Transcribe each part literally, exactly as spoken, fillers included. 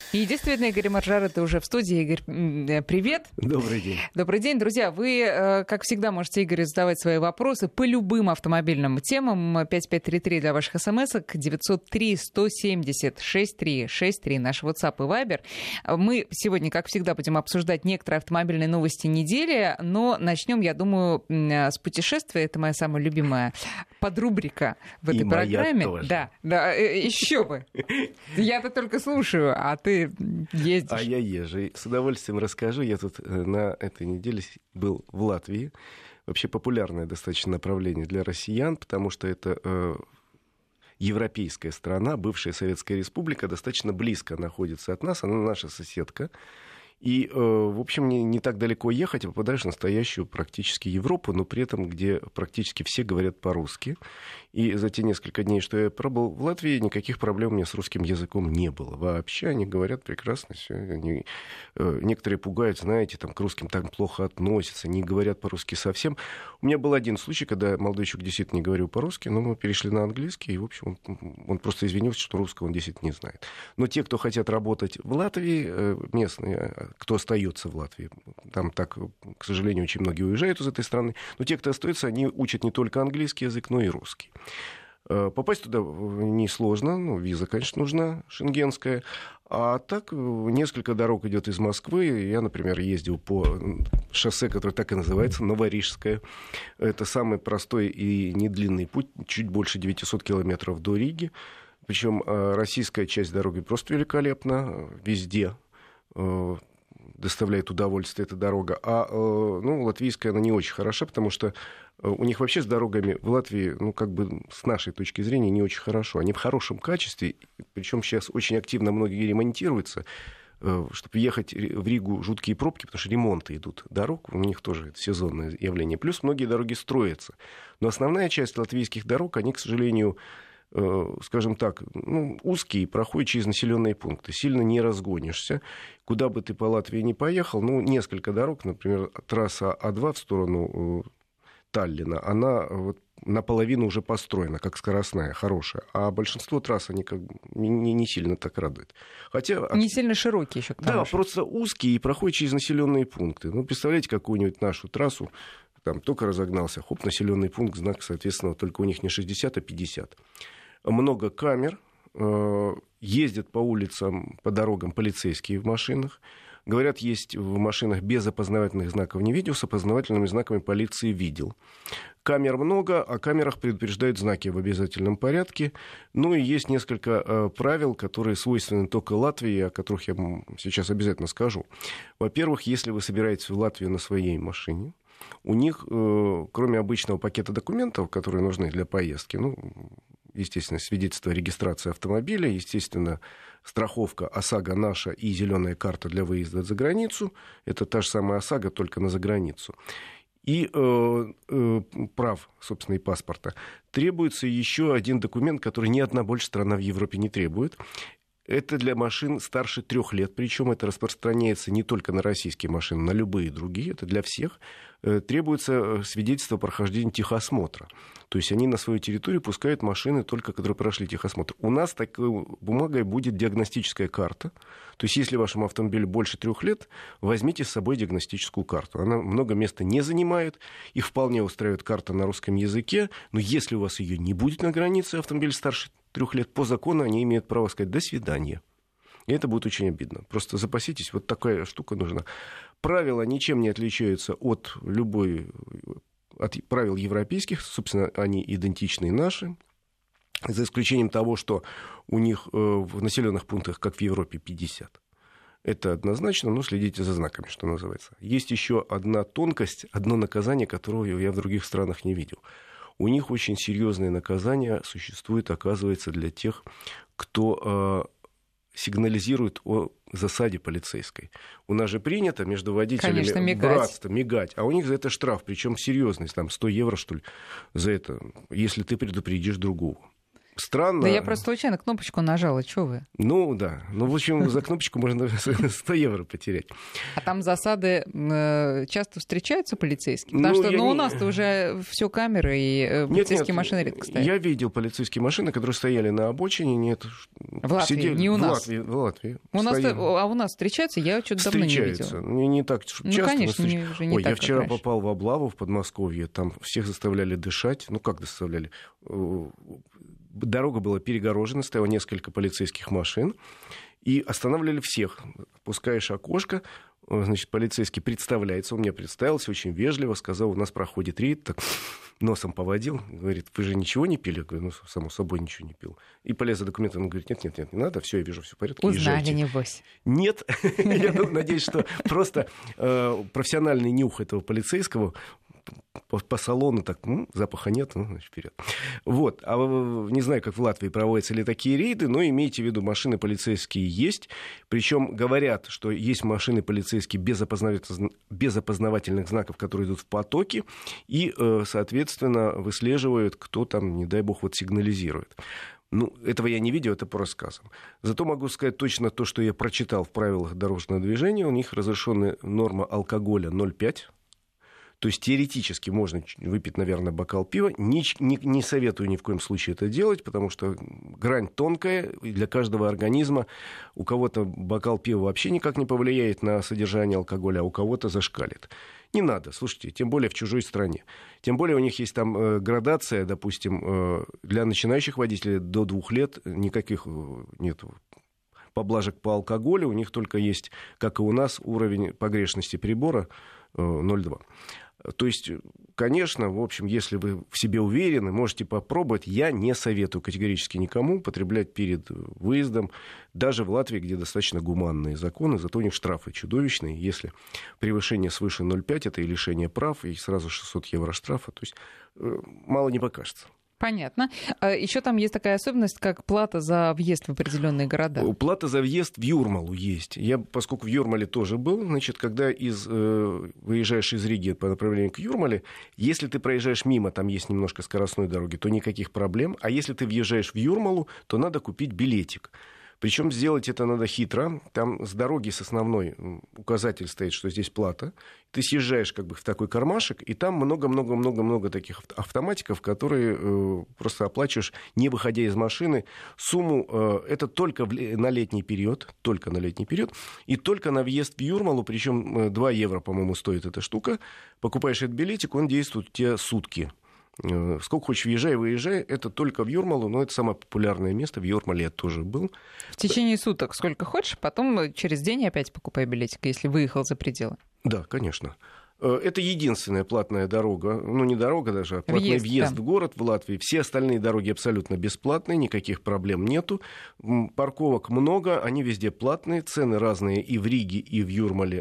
И действительно, Игорь Маржарет, ты уже в студии. Игорь, привет. Добрый день. Добрый день, друзья. Вы, как всегда, можете Игорю задавать свои вопросы по любым автомобильным темам. пять пять три три для ваших смс-ок, девятьсот три сто семьдесят шестьдесят три шестьдесят три, наш WhatsApp и Viber. Мы сегодня, как всегда, будем обсуждать некоторые автомобильные новости недели, но начнем, я думаю, с путешествия. Это моя самая любимая подрубрика в этой и программе. Моя тоже. Да, да, еще бы. Я-то только слушаю, а ты ездишь. А я езжу. С удовольствием расскажу. Я тут на этой неделе был в Латвии. Вообще популярное достаточно направление для россиян, потому что это э, европейская страна, бывшая Советская Республика, достаточно близко находится от нас. Она наша соседка. И, в общем, не, не так далеко ехать, а попадаешь в настоящую практически Европу, но при этом, где практически все говорят по-русски. И за те несколько дней, что я пробыл в Латвии, никаких проблем у меня с русским языком не было. Вообще они говорят прекрасно. Все. Они, некоторые пугают, знаете, там, к русским так плохо относятся, не говорят по-русски совсем. У меня был один случай, когда молодой человек действительно не говорил по-русски, но мы перешли на английский, и, в общем, он, он просто извинился, что русского он действительно не знает. Но те, кто хотят работать в Латвии, местные, кто остается в Латвии, там так, к сожалению, очень многие уезжают из этой страны, но те, кто остается, они учат не только английский язык, но и русский. Попасть туда несложно, ну, виза, конечно, нужна, шенгенская, а так несколько дорог идет из Москвы. Я, например, ездил по шоссе, которое так и называется, Новорижское. Это самый простой и недлинный путь, чуть больше девятьсот километров до Риги. Причем российская часть дороги просто великолепна, везде доставляет удовольствие эта дорога. А ну, латвийская, она не очень хороша, потому что у них вообще с дорогами в Латвии, ну, как бы с нашей точки зрения, не очень хорошо. Они в хорошем качестве, причем сейчас очень активно многие ремонтируются. Чтобы ехать в Ригу, жуткие пробки, потому что ремонты идут дорог, у них тоже это сезонное явление. Плюс многие дороги строятся. Но основная часть латвийских дорог, они, к сожалению, скажем так, ну, узкие, проходят через населенные пункты. Сильно не разгонишься. Куда бы ты по Латвии ни поехал, ну, несколько дорог, например, трасса А два в сторону Таллина, она вот наполовину уже построена, как скоростная, хорошая. А большинство трасс, они как бы не, не сильно так радуют. Хотя, не сильно широкие еще, к тому Да, же. просто узкие и проходят через населенные пункты. Ну, представляете, какую-нибудь нашу трассу, там только разогнался, хоп, населенный пункт, знак, соответственно, только у них не шестьдесят, а пятьдесят. Много камер, ездят по улицам, по дорогам полицейские в машинах. Говорят, есть в машинах без опознавательных знаков не видел, с опознавательными знаками полиции видел. Камер много, о камерах предупреждают знаки в обязательном порядке. Ну и есть несколько правил, которые свойственны только Латвии, о которых я вам сейчас обязательно скажу. Во-первых, если вы собираетесь в Латвию на своей машине, у них, кроме обычного пакета документов, которые нужны для поездки, ну, естественно, свидетельство о регистрации автомобиля, естественно, страховка ОСАГО наша и зеленая карта для выезда за границу. Это та же самая ОСАГО, только на заграницу. И э, э, прав, собственно, и паспорта. Требуется еще один документ, который ни одна больше страна в Европе не требует. Это для машин старше трех лет, причем это распространяется не только на российские машины, на любые другие, это для всех. Требуется свидетельство о прохождении техосмотра. То есть они на свою территорию пускают машины, только которые прошли техосмотр. У нас такой бумагой будет диагностическая карта. То есть если вашему автомобилю больше трех лет, возьмите с собой диагностическую карту. Она много места не занимает, их вполне устраивает карта на русском языке, но если у вас ее не будет на границе, автомобиль старше трех лет, по закону они имеют право сказать «до свидания». И это будет очень обидно. Просто запаситесь, вот такая штука нужна. Правила ничем не отличаются от любой, от правил европейских, собственно, они идентичны наши, за исключением того, что у них в населенных пунктах, как в Европе, пятьдесят. Это однозначно, но следите за знаками, что называется. Есть еще одна тонкость, одно наказание, которого я в других странах не видел. У них очень серьезные наказания существуют, оказывается, для тех, кто сигнализирует о засаде полицейской. У нас же принято между водителями Конечно, мигать. братство, мигать, а у них за это штраф, причем серьезный, там сто евро, что ли, за это, если ты предупредишь другого. странно. Да я просто случайно кнопочку нажала, что вы? Ну, да. Ну, в общем, за кнопочку можно сто евро потерять. А там засады э, часто встречаются полицейские? Потому Ну, что ну, не... у нас-то уже все камеры, и э, полицейские нет, нет, машины редко стоят. Я видел полицейские машины, которые стояли на обочине. Нет, в Латвии, сидели... не у в нас. Латвии, в Латвии у нас а у нас встречаются? Я что-то давно не видела. Не, не так часто. Ну, конечно, не, уже не Ой, так, я вчера раньше. попал в Облаву, в Подмосковье. Там всех заставляли дышать. Ну, как заставляли? Дорога была перегорожена, стояло несколько полицейских машин. И останавливали всех. Пускаешь окошко, значит, полицейский представляется. Он мне представился очень вежливо, сказал, у нас проходит рейд. Так, носом поводил. Говорит, вы же ничего не пили? Я говорю, ну, само собой, ничего не пил. И полез за документом. Он говорит, нет, нет, нет, не надо, все, я вижу, все в порядке. Узнали, езжайте. Небось. Нет. Я надеюсь, что просто профессиональный нюх этого полицейского по, по салону так, ну, запаха нет, ну, значит, вперед. Вот. А не знаю, как в Латвии проводятся ли такие рейды, но имейте в виду, машины полицейские есть. Причем говорят, что есть машины полицейские без, опознавательных, без опознавательных знаков, которые идут в потоке, и, соответственно, выслеживают, кто там, не дай бог, вот сигнализирует. Ну, этого я не видел, это по рассказам. Зато могу сказать точно то, что я прочитал в правилах дорожного движения. У них разрешенная норма алкоголя ноль целых пять. То есть теоретически можно выпить, наверное, бокал пива. Не, не, не советую ни в коем случае это делать, потому что грань тонкая для каждого организма. У кого-то бокал пива вообще никак не повлияет на содержание алкоголя, а у кого-то зашкалит. Не надо, слушайте, тем более в чужой стране. Тем более у них есть там э, градация, допустим, э, для начинающих водителей до двух лет никаких э, нет поблажек по алкоголю. У них только есть, как и у нас, уровень погрешности прибора э, ноль целых два. То есть, конечно, в общем, если вы в себе уверены, можете попробовать. Я не советую категорически никому употреблять перед выездом. Даже в Латвии, где достаточно гуманные законы, зато у них штрафы чудовищные. Если превышение свыше ноль целых пять, это и лишение прав, и сразу шестьсот евро штрафа. То есть, мало не покажется. Понятно. Еще там есть такая особенность, как плата за въезд в определенные города. Плата за въезд в Юрмалу есть. Я, поскольку в Юрмале тоже был, значит, когда из, э, выезжаешь из Риги по направлению к Юрмале, если ты проезжаешь мимо, там есть немножко скоростной дороги, то никаких проблем. А если ты въезжаешь в Юрмалу, то надо купить билетик. Причем сделать это надо хитро. Там с дороги, с основной, указатель стоит, что здесь плата. Ты съезжаешь как бы в такой кармашек, и там много-много-много-много таких автоматиков, которые э, просто оплачиваешь, не выходя из машины. Сумму э, это только в, на летний период, только на летний период, и только на въезд в Юрмалу, причем два евро, по-моему, стоит эта штука. Покупаешь этот билетик, он действует у тебя сутки. Сколько хочешь, въезжай, выезжай. Это только в Юрмалу, но это самое популярное место. В Юрмале я тоже был. В течение суток сколько хочешь, потом через день опять покупай билетик, если выехал за пределы. Да, конечно. Это единственная платная дорога, ну не дорога даже, а платный въезд, въезд да. в город в Латвии. Все остальные дороги абсолютно бесплатные, никаких проблем нету. Парковок много, они везде платные, цены разные и в Риге, и в Юрмале.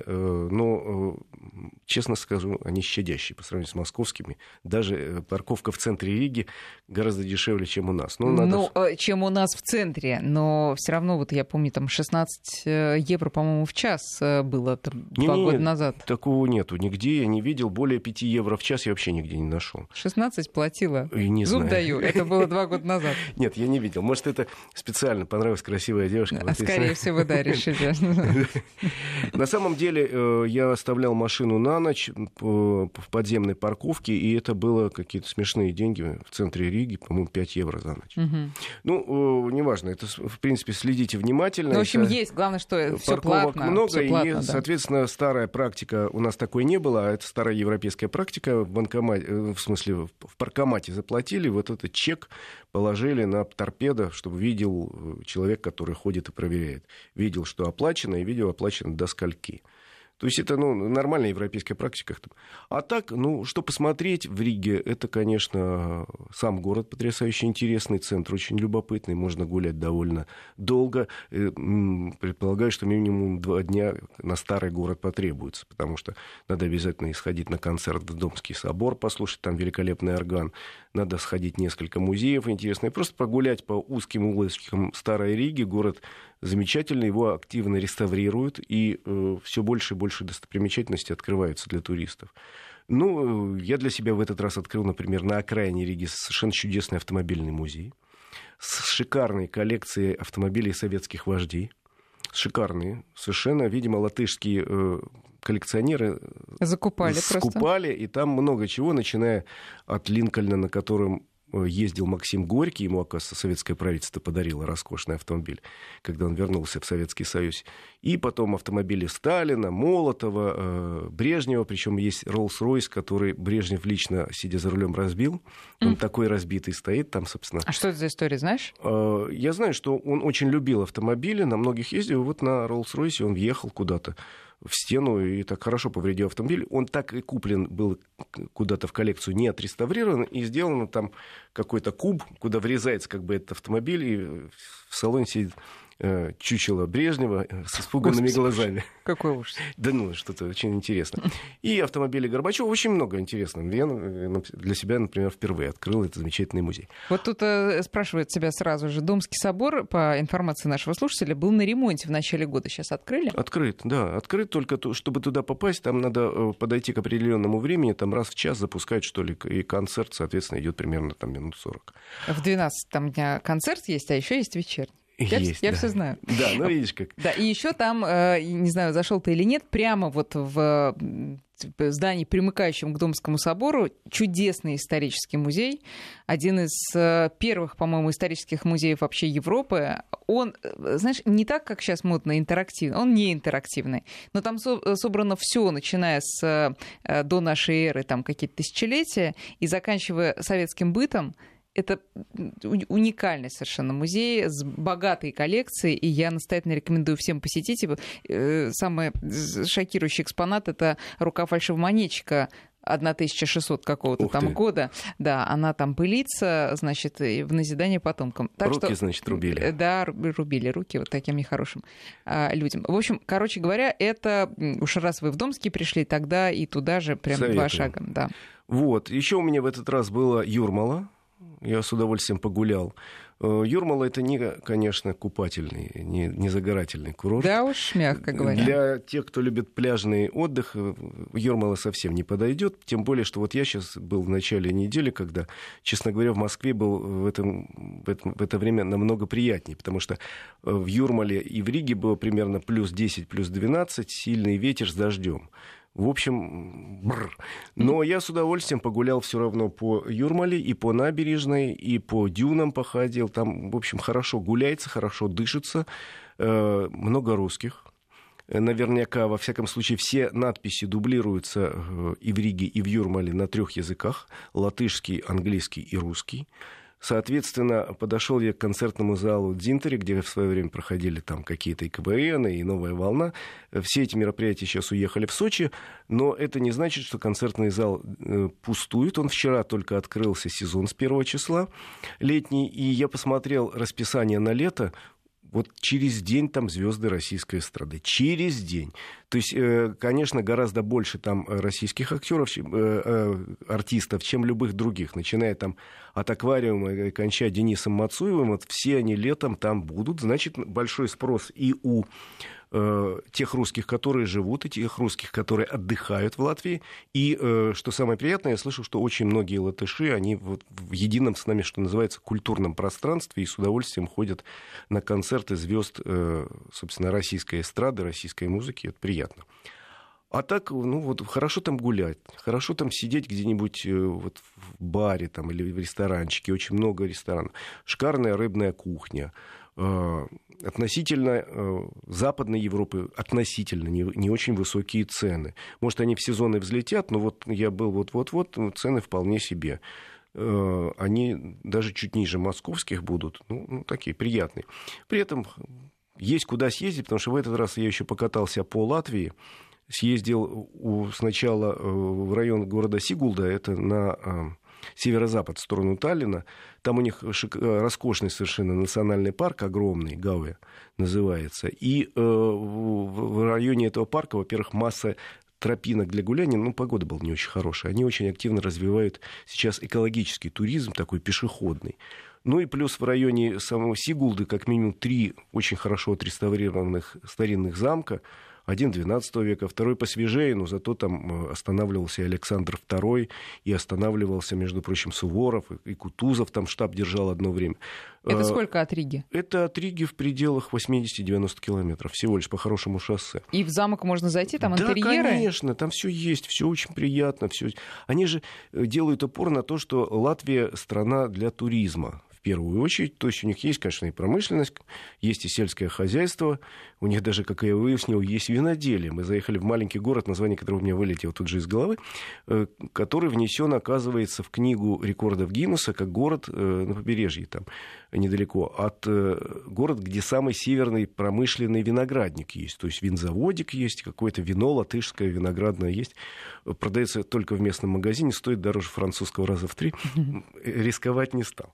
Но, честно скажу, они щадящие по сравнению с московскими. Даже парковка в центре Риги гораздо дешевле, чем у нас. Но надо... Ну, чем у нас в центре, но все равно, вот я помню, там шестнадцать евро, по-моему, в час было там, два не, года назад. Такого нету нигде. Я не видел, более пяти евро в час я вообще нигде не нашел. шестнадцать платила. Не Зуб знаю. даю. Это было два года назад. Нет, я не видел. Может, это специально понравилась красивая девушка. А скорее всего, да, решили. На самом деле, я оставлял машину на ночь в подземной парковке, и это было какие-то смешные деньги в центре Риги, по-моему, пять евро за ночь. Ну, неважно. Это, в принципе, следите внимательно. В общем, есть. Главное, что все платно. Парковок много, и, соответственно, старая практика, у нас такой не было, а это старая европейская практика, в банкомате, в смысле, в паркомате заплатили, вот этот чек положили на торпедо, чтобы видел человек, который ходит и проверяет. Видел, что оплачено, и видел, оплачено до скольки. То есть это, ну, нормальная европейская практика. А так, ну, что посмотреть в Риге, это, конечно, сам город потрясающе интересный, центр очень любопытный, можно гулять довольно долго. Предполагаю, что минимум два дня на старый город потребуется, потому что надо обязательно сходить на концерт в Домский собор, послушать там великолепный орган, надо сходить в несколько музеев интересных, просто погулять по узким улочкам Старой Риги. Город замечательный, его активно реставрируют, и э, все больше и больше достопримечательностей открываются для туристов. Ну, я для себя в этот раз открыл, например, на окраине Риги совершенно чудесный автомобильный музей. с шикарной коллекцией автомобилей советских вождей. Шикарные. Совершенно, видимо, латышские э, коллекционеры закупали, скупали, просто. И там много чего, начиная от Линкольна, на котором ездил Максим Горький, ему, оказывается, советское правительство подарило роскошный автомобиль, когда он вернулся в Советский Союз. И потом автомобили Сталина, Молотова, э, Брежнева, причем есть Роллс-Ройс, который Брежнев лично, сидя за рулем, разбил. Он mm. такой разбитый стоит там, собственно. А что это за история, знаешь? Э, я знаю, что он очень любил автомобили, на многих ездил, вот на Роллс-Ройсе он въехал куда-то в стену и так хорошо повредил автомобиль. Он так и куплен был куда-то в коллекцию, не отреставрирован, и сделан там какой-то куб, куда врезается как бы этот автомобиль, и в салоне сидит э, чучело Брежнева с испуганными Господи, глазами. Какой ужас. Да ну, что-то очень интересно. И автомобили Горбачева очень много интересного. Я для себя, например, впервые открыл этот замечательный музей. Вот тут э, спрашивают тебя сразу же. Домский собор, по информации нашего слушателя, был на ремонте в начале года. Сейчас открыли? Открыт, да. Открыт, только то, чтобы туда попасть, там надо подойти к определенному времени, там раз в час запускают, что ли, и концерт, соответственно, идет примерно там минут сорок. В двенадцать там дня концерт есть, а еще есть вечерний. Я, Есть, я да. все знаю. Да, ну видишь как. Да, и еще там, не знаю, зашел ты или нет, прямо вот в здании, примыкающем к Домскому собору, чудесный исторический музей. Один из первых, по-моему, исторических музеев вообще Европы. Он, знаешь, не так, как сейчас модно, интерактивный. Он не интерактивный. Но там собрано все, начиная с до нашей эры, там какие-то тысячелетия, и заканчивая советским бытом. Это уникальный совершенно музей с богатой коллекцией, и я настоятельно рекомендую всем посетить его. Самый шокирующий экспонат — это рука фальшивомонетчика тысяча шестьсот какого-то Ух там ты. года. Да, она там пылится, значит, в назидание потомкам. Так руки, что, значит, рубили. Да, рубили руки вот таким нехорошим а, людям. В общем, короче говоря, это уж раз вы в Домский пришли, тогда и туда же прям Советую. Два шага. Да. Вот. Еще у меня в этот раз было Юрмала. Я с удовольствием погулял. Юрмала — это не, конечно, купательный, не, не загорательный курорт. Да уж, мягко говоря. Для тех, кто любит пляжный отдых, Юрмала совсем не подойдет. Тем более, что вот я сейчас был в начале недели, когда, честно говоря, в Москве был в, этом, в, этом, в это время намного приятнее, потому что в Юрмале и в Риге было примерно плюс десять, плюс двенадцать, сильный ветер с дождем. В общем, бррр. Но я с удовольствием погулял все равно по Юрмале, и по набережной, и по дюнам походил. Там, в общем, хорошо гуляется, хорошо дышится. Э, много русских. Наверняка, во всяком случае, все надписи дублируются и в Риге, и в Юрмале на трех языках. Латышский, английский и русский. Соответственно, подошел я к концертному залу Дзинтери, где в свое время проходили там какие-то и КВН, и «Новая волна». Все эти мероприятия сейчас уехали в Сочи, но это не значит, что концертный зал пустует. Он вчера только открылся, сезон с первого числа летний, и я посмотрел расписание на лето. Вот через день там звезды российской эстрады. Через день. То есть, конечно, гораздо больше там российских актеров, артистов, чем любых других. Начиная там от «Аквариума» и кончая Денисом Мацуевым, вот все они летом там будут. Значит, большой спрос и у тех русских, которые живут, и тех русских, которые отдыхают в Латвии. И, что самое приятное, я слышал, что очень многие латыши, они вот в едином с нами, что называется, культурном пространстве, и с удовольствием ходят на концерты звезд, собственно, российской эстрады, российской музыки. Это приятно. А так, ну вот, хорошо там гулять, хорошо там сидеть где-нибудь вот, в баре там, или в ресторанчике. Очень много ресторанов. Шикарная рыбная кухня. Относительно Западной Европы относительно не, не очень высокие цены. Может, они в сезоны взлетят, но вот я был вот-вот-вот, цены вполне себе. Они даже чуть ниже московских будут, ну, ну такие приятные. При этом есть куда съездить, потому что в этот раз я еще покатался по Латвии. Съездил у, сначала в район города Сигулда, это на северо-запад, в сторону Таллина. Там у них шик... роскошный совершенно национальный парк, огромный, Гауэ называется. И э, в районе этого парка, во-первых, масса тропинок для гуляния, ну, погода была не очень хорошая. Они очень активно развивают сейчас экологический туризм, такой пешеходный. Ну и плюс в районе самого Сигулды как минимум три очень хорошо отреставрированных старинных замка. Один двенадцатого века, второй посвежее, но зато там останавливался и Александр второй, и останавливался, между прочим, Суворов, и Кутузов там штаб держал одно время. Это сколько от Риги? Это от Риги в пределах восемьдесят-девяносто километров, всего лишь по хорошему шоссе. И в замок можно зайти, там да, интерьеры? Да, конечно, там все есть, все очень приятно. Всё... Они же делают упор на то, что Латвия страна для туризма. В первую очередь, то есть у них есть, конечно, и промышленность, есть и сельское хозяйство, у них даже, как я выяснил, есть виноделие. Мы заехали в маленький город, название которого у меня вылетело тут же из головы, который внесен, оказывается, в книгу рекордов Гиннесса как город на побережье, там недалеко от город, где самый северный промышленный виноградник есть. То есть винзаводик есть, какое-то вино латышское, виноградное есть. Продается только в местном магазине, стоит дороже французского раза в три. Рисковать не стал.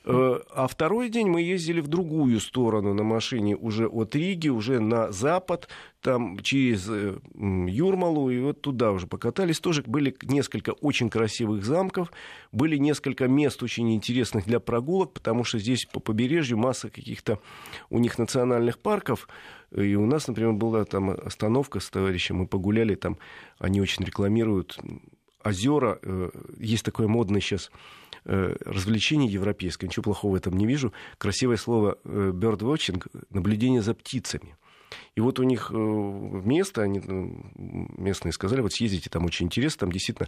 А второй день мы ездили в другую сторону на машине, уже от Риги, уже на запад, там через Юрмалу, и вот туда уже покатались. Тоже были несколько очень красивых замков, были несколько мест очень интересных для прогулок, потому что здесь по побережью масса каких-то у них национальных парков. И у нас, например, была там остановка с товарищем, мы погуляли там, они очень рекламируют озера. Есть такое модное сейчас развлечение европейское, ничего плохого в этом не вижу. Красивое слово birdwatching, наблюдение за птицами. И вот у них место, они местные сказали, вот съездите, там очень интересно, там действительно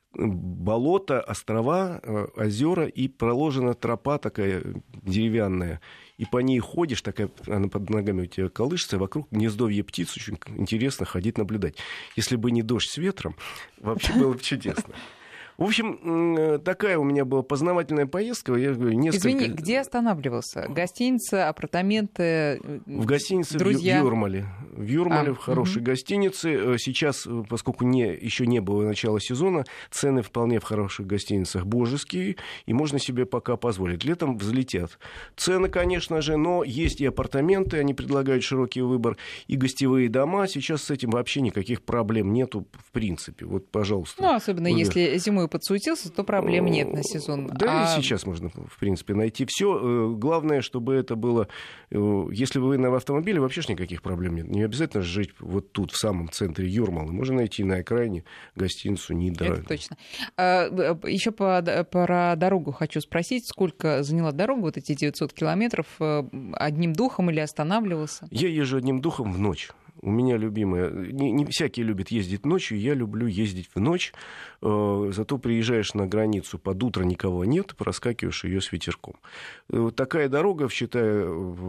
болото, острова, озера, и проложена тропа такая деревянная, и по ней ходишь, такая, она под ногами у тебя колышется, вокруг гнездовья птиц, очень интересно ходить, наблюдать. Если бы не дождь с ветром, вообще было бы чудесно. В общем, такая у меня была познавательная поездка. Я говорю, несколько... Извини, где останавливался? Гостиница, апартаменты, в гостинице друзья? в Юрмале. В Юрмале, а, в хорошей угу. гостинице. Сейчас, поскольку не, еще не было начала сезона, цены вполне в хороших гостиницах божеские, и можно себе пока позволить. Летом взлетят цены, конечно же, но есть и апартаменты, они предлагают широкий выбор, и гостевые дома. Сейчас с этим вообще никаких проблем нету, в принципе. Вот, пожалуйста. Ну, особенно выбор. Если зимой подсуетился, то проблем нет на сезон. Да, а... и сейчас можно, в принципе, найти все. Главное, чтобы это было... Если вы на автомобиле, вообще ж никаких проблем нет. Не обязательно жить вот тут, в самом центре Юрмалы. Можно найти на окраине гостиницу недорого. Это точно. А, еще по, про дорогу хочу спросить. Сколько заняла дорога, вот эти девятьсот километров? Одним духом или останавливался? Я езжу одним духом в ночь. У меня любимое, не, не всякие любят ездить ночью, я люблю ездить в ночь, э, зато приезжаешь на границу под утро, никого нет, проскакиваешь ее с ветерком. Э, такая дорога, считая,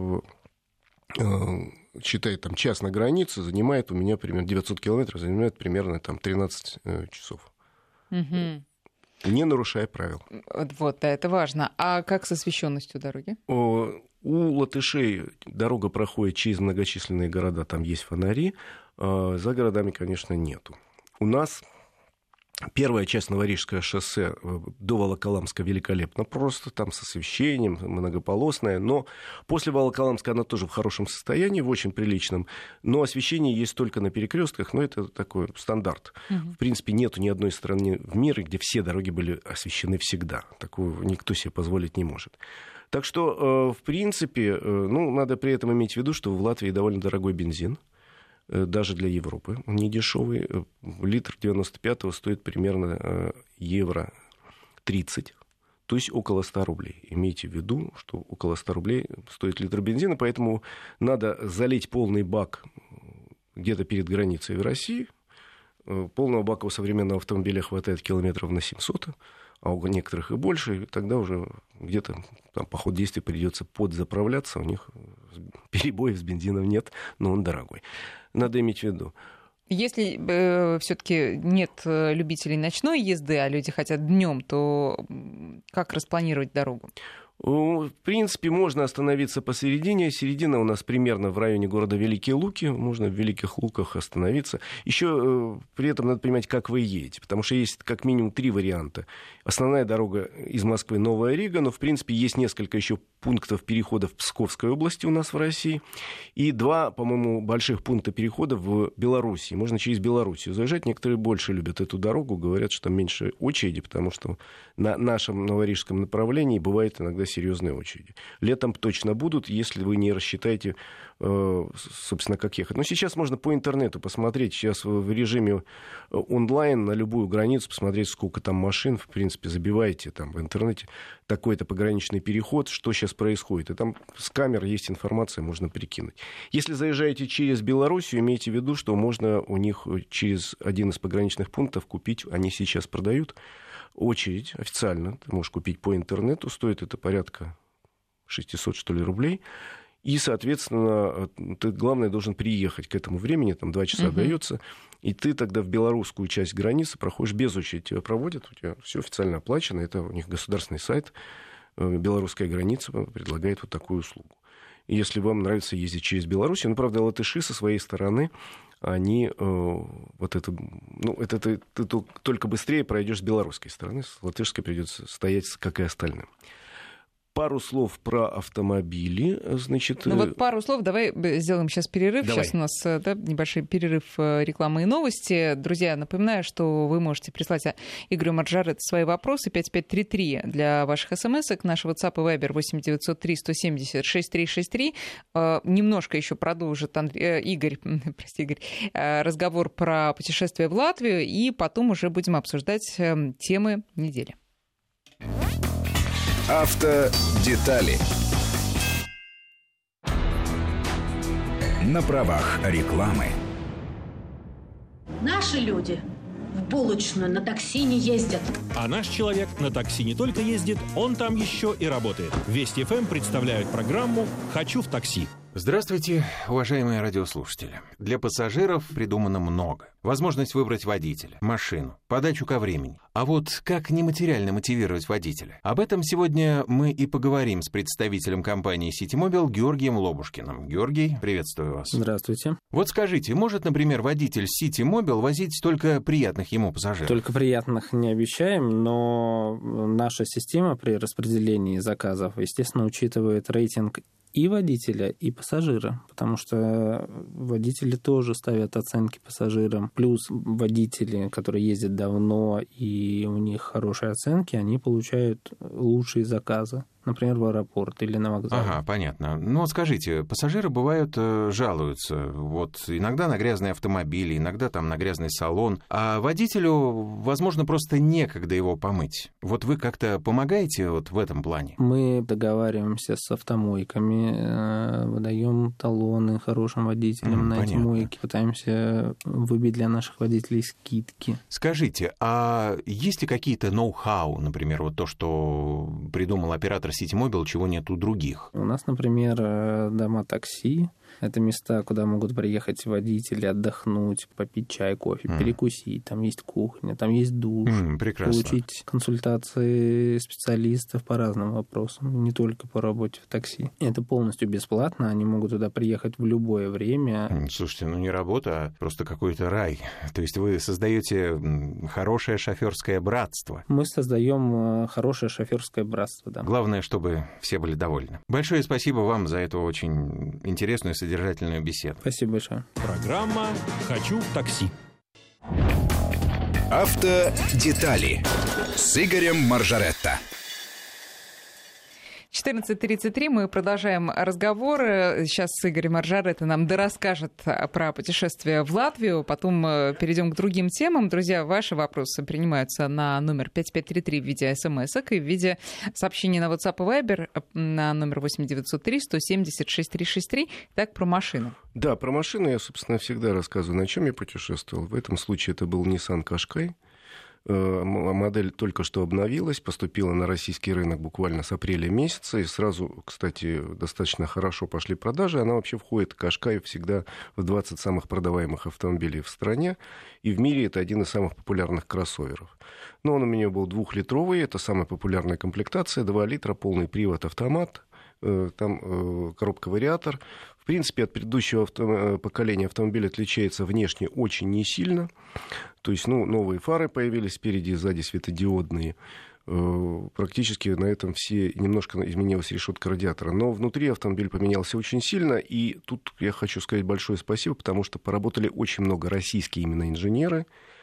э, считая там, час на границе, занимает у меня примерно девятьсот километров, занимает примерно там, тринадцать э, часов. Угу. Не нарушая правил. Вот, да, это важно. А как с освещенностью дороги? О, у латышей дорога проходит через многочисленные города, там есть фонари, а за городами, конечно, нету. У нас первая часть Новорижское шоссе до Волоколамска великолепна, просто там с освещением, многополосная, но после Волоколамска она тоже в хорошем состоянии, в очень приличном, но освещение есть только на перекрестках, но это такой стандарт. Угу. В принципе, нету ни одной страны в мире, где все дороги были освещены всегда. Такого никто себе позволить не может. Так что, в принципе, ну, надо при этом иметь в виду, что в Латвии довольно дорогой бензин, даже для Европы, не дешевый. Литр девяносто пятого стоит примерно евро тридцать, то есть около ста рублей. Имейте в виду, что около ста рублей стоит литр бензина, поэтому надо залить полный бак где-то перед границей в России. Полного бака у современного автомобиля хватает километров на семьсот, а у некоторых и больше, и тогда уже где-то там, по ходу действия придется подзаправляться. У них перебоев с бензином нет, но он дорогой. Надо иметь в виду. Если э, все-таки нет любителей ночной езды, а люди хотят днем, то как распланировать дорогу? В принципе, можно остановиться посередине. Середина у нас примерно в районе города Великие Луки. Можно в Великих Луках остановиться. Еще при этом надо понимать, как вы едете. Потому что есть как минимум три варианта. Основная дорога из Москвы Новая Рига. Но, в принципе, есть несколько еще пунктов перехода в Псковской области у нас в России. И два, по-моему, больших пункта перехода в Белоруссии. Можно через Белоруссию заезжать. Некоторые больше любят эту дорогу. Говорят, что там меньше очереди. Потому что на нашем новорижском направлении бывает иногда серьезные очереди. Летом точно будут, если вы не рассчитаете, собственно, как ехать. Но сейчас можно по интернету посмотреть, сейчас в режиме онлайн на любую границу посмотреть, сколько там машин, в принципе, забиваете там в интернете такой-то пограничный переход, что сейчас происходит. И там с камер есть информация, можно прикинуть. Если заезжаете через Белоруссию, имейте в виду, что можно у них через один из пограничных пунктов купить, они сейчас продают, очередь официально, ты можешь купить по интернету, стоит это порядка шестьсот, что ли, рублей. И, соответственно, ты, главное, должен приехать к этому времени, там два часа uh-huh. дается, и ты тогда в белорусскую часть границы проходишь без очереди, тебя проводят, у тебя все официально оплачено, это у них государственный сайт, белорусская граница предлагает вот такую услугу. И если вам нравится ездить через Белоруссию, ну, правда, латыши со своей стороны, они э, вот это, ну, это ты, ты только быстрее пройдешь с белорусской стороны, с латышской придется стоять, как и остальным. Пару слов про автомобили, значит... Ну вот пару слов, давай сделаем сейчас перерыв. Давай. Сейчас у нас да, небольшой перерыв рекламы и новости. Друзья, напоминаю, что вы можете прислать Игорю Маржаретто свои вопросы пять пять три три для ваших смс-ок. Наш WhatsApp и Viber восемь девятьсот три сто семьдесят шесть три шесть три. Немножко еще продолжит Андрей, Игорь, прости, Игорь, разговор про путешествие в Латвию, и потом уже будем обсуждать темы недели. Автодетали на правах рекламы. Наши люди в булочную на такси не ездят. А наш человек на такси не только ездит, он там еще и работает. Вести эф эм представляют программу «Хочу в такси». Здравствуйте, уважаемые радиослушатели. Для пассажиров придумано много. Возможность выбрать водителя, машину, подачу ко времени. А вот как нематериально мотивировать водителя? Об этом сегодня мы и поговорим с представителем компании «Ситимобил» Георгием Лобушкиным. Георгий, приветствую вас. Здравствуйте. Вот скажите, может, например, водитель «Ситимобил» возить только приятных ему пассажиров? Только приятных не обещаем, но наша система при распределении заказов, естественно, учитывает рейтинг и водителя, и пассажира, потому что водители тоже ставят оценки пассажирам. Плюс водители, которые ездят давно и у них хорошие оценки, они получают лучшие заказы. Например, в аэропорт или на вокзал. Ага, понятно. Ну вот скажите, пассажиры бывают э, жалуются. Вот иногда на грязные автомобили, иногда там на грязный салон, а водителю, возможно, просто некогда его помыть. Вот вы как-то помогаете вот в этом плане? Мы договариваемся с автомойками, э, выдаем талоны хорошим водителям mm, на понятно. Эти мойки, пытаемся выбить для наших водителей скидки. Скажите, а есть ли какие-то ноу-хау, например, вот то, что придумал оператор Ситимобил, чего нет у других? У нас, например, дома такси. Это места, куда могут приехать водители, отдохнуть, попить чай, кофе, mm. перекусить. Там есть кухня, там есть душ. Mm, прекрасно. Получить консультации специалистов по разным вопросам, не только по работе в такси. Это полностью бесплатно, они могут туда приехать в любое время. Mm, слушайте, ну не работа, а просто какой-то рай. То есть вы создаете хорошее шоферское братство. Мы создаем хорошее шоферское братство, да. Главное, чтобы все были довольны. Большое спасибо вам за эту очень интересную содержательную беседу. Спасибо большое. Программа «Хочу в такси». Автодетали с Игорем Маржаретто. четырнадцать тридцать три, мы продолжаем разговор. Сейчас Игорь Маржаретто нам дорасскажет про путешествие в Латвию. Потом перейдем к другим темам. Друзья, ваши вопросы принимаются на номер пять пять три три в виде смс-ок и в виде сообщений на WhatsApp и Viber на номер восемь девятьсот три сто семьдесят шесть три шесть три. Так, про машину. Да, про машину я, собственно, всегда рассказываю, на чем я путешествовал. В этом случае это был Nissan Qashqai. Модель только что обновилась, поступила на российский рынок буквально с апреля месяца, и сразу, кстати, достаточно хорошо пошли продажи. Она вообще входит, Qashqai, всегда в двадцать самых продаваемых автомобилей в стране, и в мире это один из самых популярных кроссоверов. Но он у меня был двухлитровый, это самая популярная комплектация, два литра, полный привод, автомат, там коробка-вариатор. В принципе, от предыдущего авто... поколения автомобиль отличается внешне очень не сильно. То есть, ну, новые фары появились спереди и сзади, светодиодные. Практически на этом все немножко изменилась решетка радиатора. Но внутри автомобиль поменялся очень сильно. И тут я хочу сказать большое спасибо, потому что поработали очень много российские именно инженеры.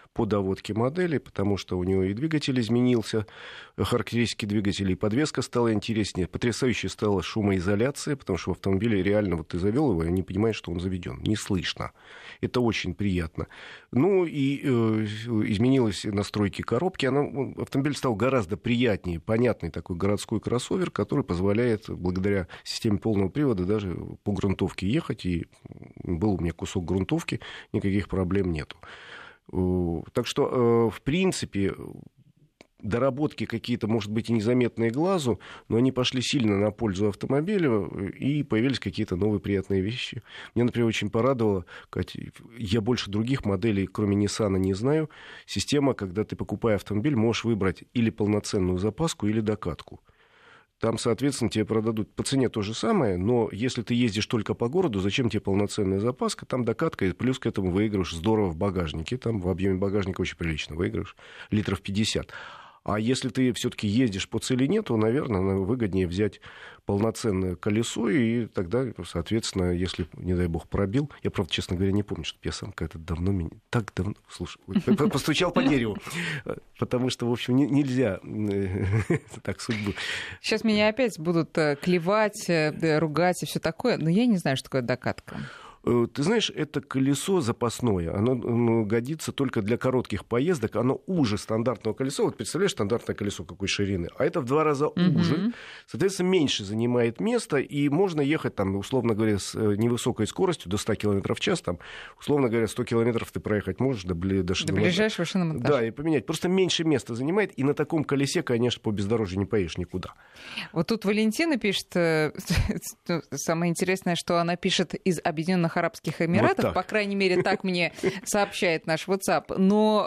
по доводке модели, потому что у него и двигатель изменился, характеристики двигателя, и подвеска стала интереснее. Потрясающе стала шумоизоляция, потому что в автомобиле реально вот ты завел его, и не понимаешь, что он заведен. Не слышно. Это очень приятно. Ну и э, изменилась настройки коробки. Она, автомобиль стал гораздо приятнее, понятный такой городской кроссовер, который позволяет благодаря системе полного привода даже по грунтовке ехать. И был у меня кусок грунтовки, никаких проблем нету. Так что, в принципе, доработки какие-то, может быть, и незаметные глазу, но они пошли сильно на пользу автомобилю, и появились какие-то новые приятные вещи. Мне, например, очень порадовало, я больше других моделей, кроме Nissan, не знаю, система, когда ты, покупая автомобиль, можешь выбрать или полноценную запаску, или докатку. Там, соответственно, тебе продадут по цене то же самое, но если ты ездишь только по городу, зачем тебе полноценная запаска? Там докатка, и плюс к этому выигрыш здорово в багажнике. Там в объеме багажника очень прилично выигрыш, литров пятьдесят. А если ты все-таки ездишь по целине, то, наверное, выгоднее взять полноценное колесо, и тогда, соответственно, если, не дай бог, пробил... Я, правда, честно говоря, не помню, что я сам как-то давно... Меня... Так давно... Слушай, постучал по дереву. Потому что, в общем, нельзя так судьбу. Сейчас меня опять будут клевать, ругать и все такое, но я не знаю, что такое докатка. Ты знаешь, это колесо запасное, оно годится только для коротких поездок, оно уже стандартного колеса. Вот представляешь, стандартное колесо какой ширины, а это в два раза Mm-hmm. уже, соответственно, меньше занимает места, и можно ехать, там, условно говоря, с невысокой скоростью до ста километров в час, там, условно говоря, сто километров ты проехать можешь до, до, до, до ближайшего шиномонтажа. Да, и поменять. Просто меньше места занимает, и на таком колесе, конечно, по бездорожью не поедешь никуда. Вот тут Валентина пишет, самое интересное, что она пишет из Объединенных Арабских Эмиратов, вот по крайней мере, так мне сообщает наш WhatsApp, но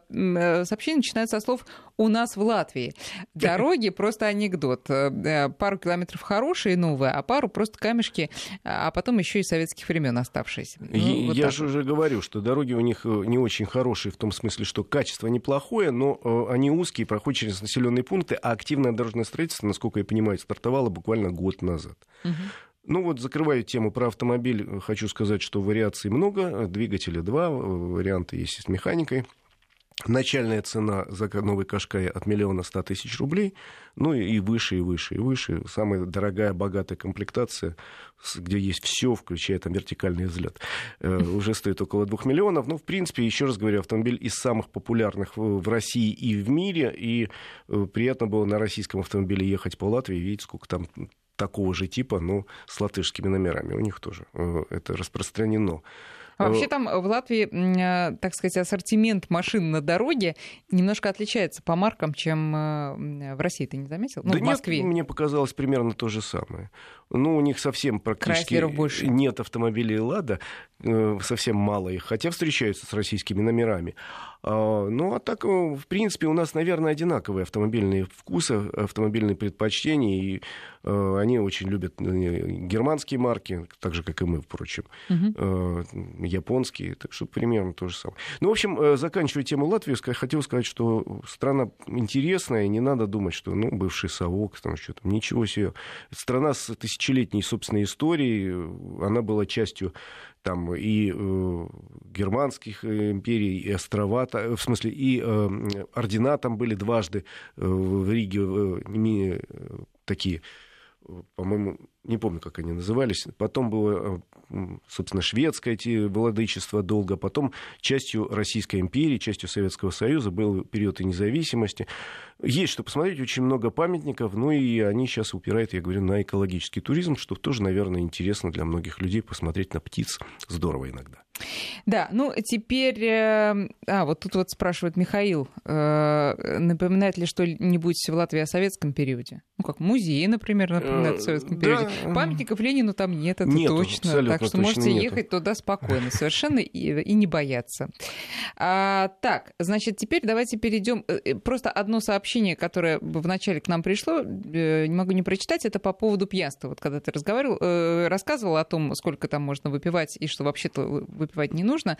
э, сообщение начинается со слов «у нас в Латвии». Дороги просто анекдот. Пару километров хорошие, новые, а пару просто камешки, а потом еще и советских времен оставшиеся. Ну, я вот я же уже говорю, что дороги у них не очень хорошие, в том смысле, что качество неплохое, но они узкие, проходят через населенные пункты, а активное дорожное строительство, насколько я понимаю, стартовало буквально год назад. Угу. Ну вот, закрываю тему про автомобиль, хочу сказать, что вариаций много, двигателя два, варианты есть с механикой. Начальная цена за новый Кашкай от миллиона ста тысяч рублей, ну и выше, и выше, и выше. Самая дорогая, богатая комплектация, где есть все, включая там вертикальный взлет, уже стоит около двух миллионов. Ну, в принципе, еще раз говорю, автомобиль из самых популярных в России и в мире, и приятно было на российском автомобиле ехать по Латвии, видеть, сколько там такого же типа, но с латышскими номерами. У них тоже это распространено. А вообще там в Латвии, так сказать, ассортимент машин на дороге немножко отличается по маркам, чем в России. Ты не заметил? Ну, да в Москве. Нет, мне показалось примерно то же самое. Ну, у них совсем практически больше. Нет автомобилей «Лада», совсем мало их, хотя встречаются с российскими номерами. Ну, а так, в принципе, у нас, наверное, одинаковые автомобильные вкусы, автомобильные предпочтения, и они очень любят германские марки, так же, как и мы, впрочем, угу. японские, так что примерно то же самое. Ну, в общем, заканчивая тему Латвии, хотел сказать, что страна интересная, не надо думать, что, ну, бывший совок, там что-то, ничего себе. Страна с тысячелетней собственной историей, она была частью там и э, германских империй, и острова, в смысле, и э, ордена там были дважды э, в Риге, э, такие, по-моему, не помню, как они назывались. Потом было, собственно, шведское владычество долго, потом частью Российской империи, частью Советского Союза был период и независимости. Есть что посмотреть, очень много памятников, ну и они сейчас упирают, я говорю, на экологический туризм, что тоже, наверное, интересно для многих людей посмотреть на птиц. Здорово иногда. Да, ну теперь... А, вот тут вот спрашивает Михаил, напоминает ли что-нибудь в Латвии о советском периоде? Ну, как музей, например, напоминает о советском периоде. Да. Памятников Ленину там нет, это нету, точно. Так что можете нету. ехать туда спокойно совершенно и, и не бояться. А, так, значит, теперь давайте перейдем. Просто одно сообщение, которое вначале к нам пришло, не могу не прочитать, это по поводу пьянства. Вот когда ты разговаривал, рассказывал о том, сколько там можно выпивать и что вообще-то выпивать не нужно.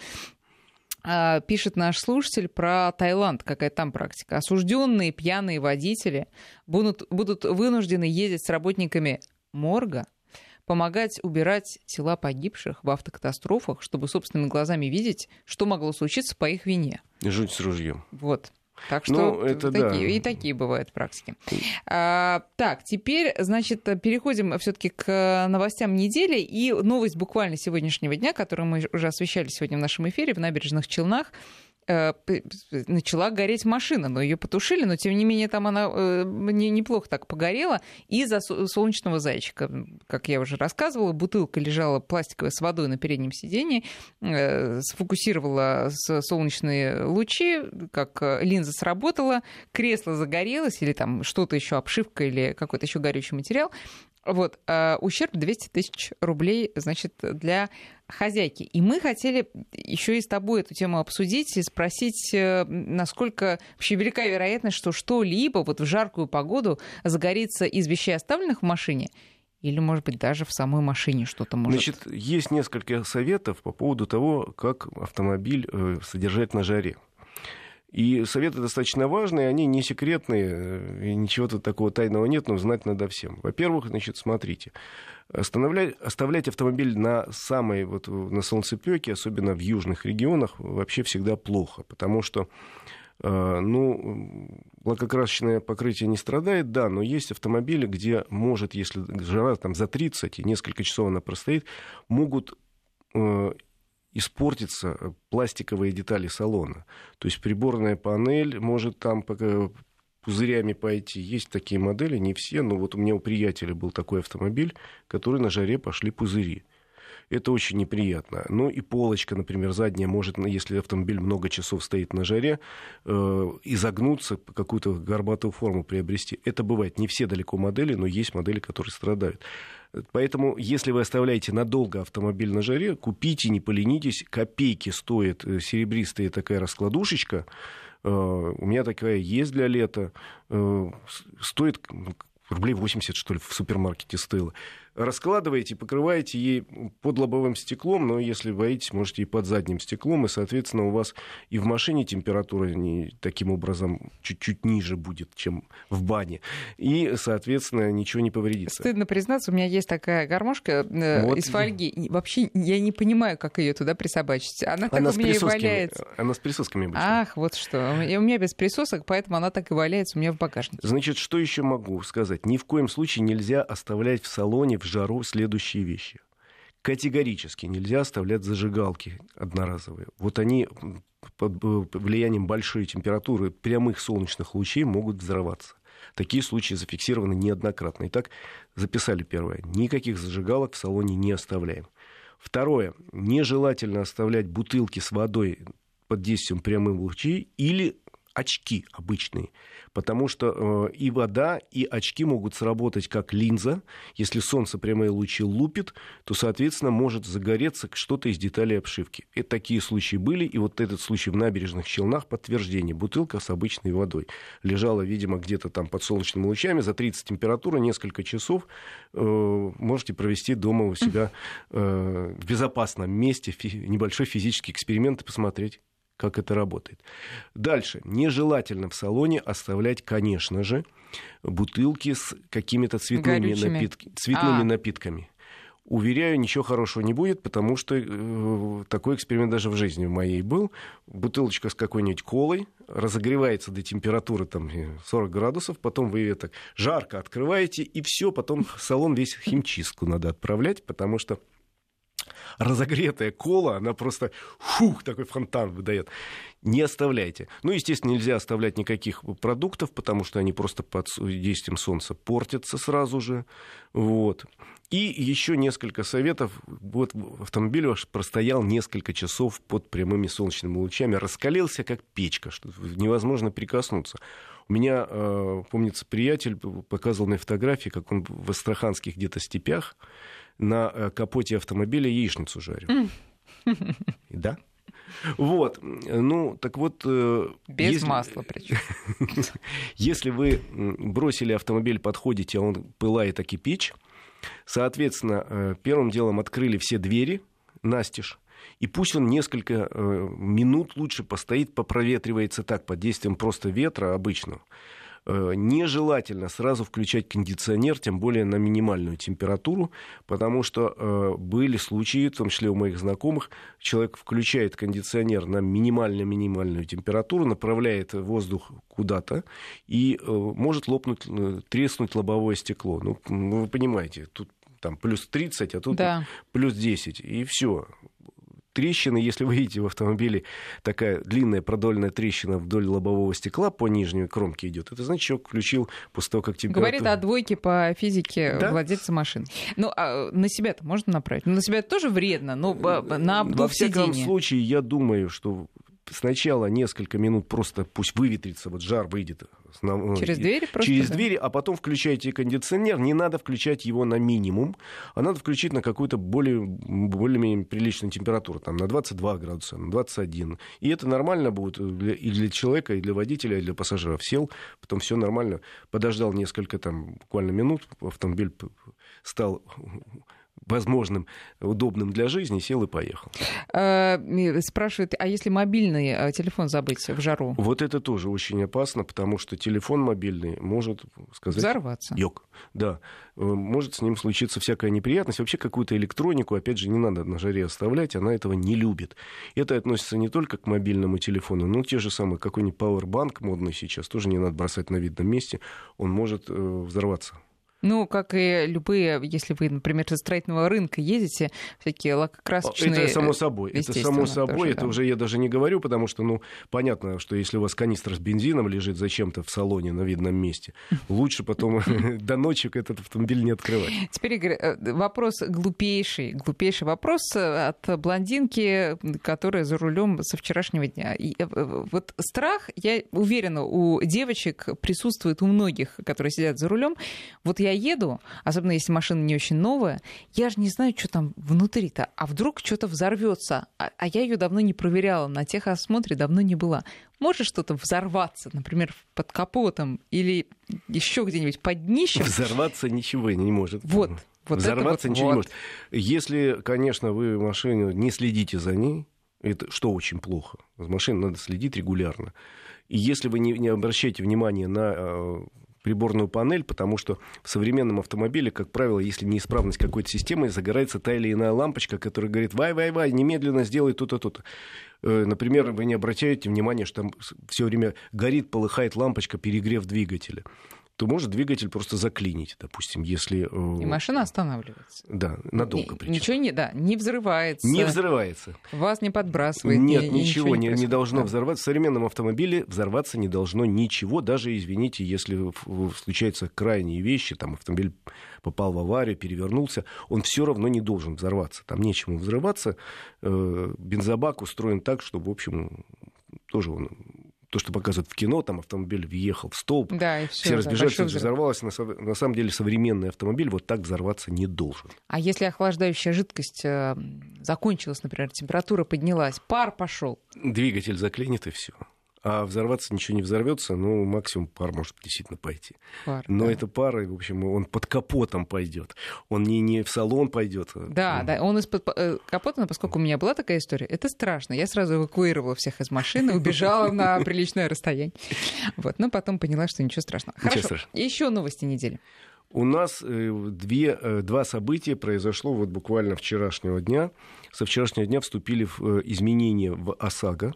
Пишет наш слушатель про Таиланд, какая там практика. Осужденные пьяные водители будут, будут вынуждены ездить с работниками морга, помогать убирать тела погибших в автокатастрофах, чтобы собственными глазами видеть, что могло случиться по их вине. Жуть с ружьем. Вот. Так что ну, это такие, да. и такие бывают практики. А, так, теперь, значит, переходим все-таки к новостям недели. И новость буквально сегодняшнего дня, которую мы уже освещали сегодня в нашем эфире, в Набережных Челнах. Начала гореть машина, но ее потушили, но тем не менее там она э, не, неплохо так погорела из-за солнечного зайчика. Как я уже рассказывала, бутылка лежала пластиковая с водой на переднем сиденье, э, сфокусировала солнечные лучи, как линза сработала, кресло загорелось, или там что-то еще, обшивка или какой-то еще горючий материал. Вот, а ущерб двести тысяч рублей, значит, для хозяйки. И мы хотели еще и с тобой эту тему обсудить и спросить, насколько вообще велика вероятность, что что-либо вот в жаркую погоду загорится из вещей, оставленных в машине, или, может быть, даже в самой машине что-то может... Значит, есть несколько советов по поводу того, как автомобиль содержать на жаре. И советы достаточно важные, они не секретные, и ничего-то такого тайного нет, но знать надо всем. Во-первых, значит, смотрите, оставлять, оставлять автомобиль на самой, вот, на солнцепёке, особенно в южных регионах, вообще всегда плохо, потому что, ну, лакокрасочное покрытие не страдает, да, но есть автомобили, где может, если жара там за тридцать, и несколько часов она простоит, могут... испортятся пластиковые детали салона. То есть приборная панель может там пузырями пойти. Есть такие модели, не все, но вот у меня у приятеля был такой автомобиль, который на жаре пошли пузыри. Это очень неприятно. Ну и полочка, например, задняя может, если автомобиль много часов стоит на жаре, э, изогнуться, какую-то горбатую форму приобрести. Это бывает. Не все далеко модели, но есть модели, которые страдают. Поэтому, если вы оставляете надолго автомобиль на жаре, купите, не поленитесь. Копейки стоит серебристая такая раскладушечка. Э, у меня такая есть для лета. Э, стоит... рублей восемьдесят, что ли, в супермаркете стоило. Раскладываете, покрываете ей под лобовым стеклом, но если боитесь, можете и под задним стеклом, и, соответственно, у вас и в машине температура не, таким образом чуть-чуть ниже будет, чем в бане, и, соответственно, ничего не повредится. Стыдно признаться, у меня есть такая гармошка э, вот. из фольги. И вообще я не понимаю, как ее туда присобачить. Она так она у меня и валяется. Она с присосками обычно. Ах, вот что. И у меня без присосок, поэтому она так и валяется у меня в багажнике. Значит, что еще могу сказать? Ни в коем случае нельзя оставлять в салоне в жару следующие вещи. Категорически нельзя оставлять зажигалки одноразовые. Вот они под влиянием большой температуры прямых солнечных лучей могут взорваться. Такие случаи зафиксированы неоднократно. Итак, записали первое. Никаких зажигалок в салоне не оставляем. Второе. Нежелательно оставлять бутылки с водой под действием прямых лучей или очки обычные, потому что э, и вода, и очки могут сработать как линза. Если солнце прямые лучи лупит, то, соответственно, может загореться что-то из деталей обшивки. И такие случаи были, и вот этот случай в Набережных Челнах подтверждение. Бутылка с обычной водой лежала, видимо, где-то там под солнечными лучами, за тридцать температура, несколько часов э, можете провести дома у себя э, в безопасном месте фи- небольшой физический эксперимент и посмотреть, как это работает. Дальше. Нежелательно в салоне оставлять, конечно же, бутылки с какими-то цветными, напитки, цветными напитками. Уверяю, ничего хорошего не будет, потому что э, такой эксперимент даже в жизни моей был. Бутылочка с какой-нибудь колой разогревается до температуры там, сорок градусов, потом вы ее так жарко открываете, и все, потом в салон весь в химчистку надо отправлять, потому что разогретая кола, она просто фух, такой фонтан выдает. Не оставляйте. Ну, естественно, нельзя оставлять никаких продуктов, потому что они просто под действием солнца портятся сразу же. Вот. И еще несколько советов. Вот автомобиль ваш простоял несколько часов под прямыми солнечными лучами, раскалился как печка, что невозможно прикоснуться. У меня, помнится, приятель показывал мне фотографии, как он в астраханских где-то степях на капоте автомобиля яичницу жарил. Да? Вот. Ну, так вот... Без если... масла причем. Если вы бросили автомобиль, подходите, а он пылает, а кипич, соответственно, первым делом открыли все двери настежь, и пусть он несколько минут лучше постоит, попроветривается так, под действием просто ветра обычного. Нежелательно сразу включать кондиционер, тем более на минимальную температуру, потому что были случаи, в том числе у моих знакомых, человек включает кондиционер на минимально-минимальную температуру, направляет воздух куда-то и может лопнуть, треснуть лобовое стекло. Ну, вы понимаете, тут там плюс тридцать, а тут да. плюс десять, и все. Трещины, если вы видите в автомобиле такая длинная продольная трещина вдоль лобового стекла по нижней кромке идет, это значит, человек включил после того, как температура... Говорит о двойке по физике да? владельца машины. Ну, а на себя-то можно направить? На себя тоже вредно, но на обдув сиденья. Во всяком случае, я думаю, что сначала несколько минут просто пусть выветрится, вот жар выйдет. Через двери просто? Через да? двери, а потом включайте кондиционер. Не надо включать его на минимум, а надо включить на какую-то более, более-менее приличную температуру, там, на двадцать два градуса, на двадцать один. И это нормально будет и для человека, и для водителя, и для пассажиров. Сел, потом все нормально, подождал несколько, там, буквально минут, автомобиль стал... возможным, удобным для жизни, сел и поехал. Спрашивают, а если мобильный телефон забыть в жару? Вот это тоже очень опасно, потому что телефон мобильный может сказать... Взорваться. Йог. Да. Может с ним случиться всякая неприятность. Вообще какую-то электронику, опять же, не надо на жаре оставлять, она этого не любит. Это относится не только к мобильному телефону, но те же самые, какой-нибудь пауэрбанк модный сейчас, тоже не надо бросать на видном месте, он может взорваться. Ну, как и любые, если вы, например, со строительного рынка ездите, всякие лакокрасочные... Это само собой, это само собой, тоже, это да. уже я даже не говорю, потому что, ну, понятно, что если у вас канистра с бензином лежит зачем-то в салоне на видном месте, лучше потом до ночи этот автомобиль не открывать. Теперь, Игорь, вопрос глупейший, глупейший вопрос от блондинки, которая за рулем со вчерашнего дня. И вот страх, я уверена, у девочек присутствует у многих, которые сидят за рулем. Вот я еду, особенно если машина не очень новая, я же не знаю, что там внутри-то, а вдруг что-то взорвется, а, а я ее давно не проверяла, на техосмотре давно не была. Может что-то взорваться, например, под капотом или еще где-нибудь под днищем? Взорваться ничего не может. Вот. Вот взорваться вот, ничего вот. не может. Если, конечно, вы машину не следите за ней, это что очень плохо. За машиной надо следить регулярно. И если вы не, не обращаете внимания на... приборную панель, потому что в современном автомобиле, как правило, если неисправность какой-то системы, загорается та или иная лампочка, которая говорит: вай-вай-вай, немедленно сделай то-то, то-то. Например, вы не обращаете внимания, что там все время горит, полыхает лампочка, перегрев двигателя. То может двигатель просто заклинить, допустим, если... И машина останавливается. Да, надолго причем. Ничего не, да, не взрывается. Не взрывается. Вас не подбрасывает. Нет, ни, ничего, ничего не, не должно да. взорваться. В современном автомобиле взорваться не должно ничего, даже, извините, если случаются крайние вещи, там автомобиль попал в аварию, перевернулся, он все равно не должен взорваться. Там нечему взрываться. Бензобак устроен так, чтобы, в общем, тоже он... То, что показывают в кино, там автомобиль въехал в столб, да, и всё, все разбежались, да, взорвалось. На, на самом деле современный автомобиль вот так взорваться не должен. А если охлаждающая жидкость э, закончилась, например, температура поднялась, пар пошел? Двигатель заклинит, и все. А взорваться ничего не взорвется, ну, максимум пар может действительно пойти. Пар, Но да. это пар, в общем, он под капотом пойдет. Он не, не в салон пойдет. Да, да, он из-под капота, но поскольку у меня была такая история, это страшно. Я сразу эвакуировала всех из машины, убежала на приличное расстояние. Вот, но потом поняла, что ничего страшного. Хорошо, еще новости недели. У нас две, два события произошло вот буквально вчерашнего дня. Со вчерашнего дня вступили в изменения в ОСАГО.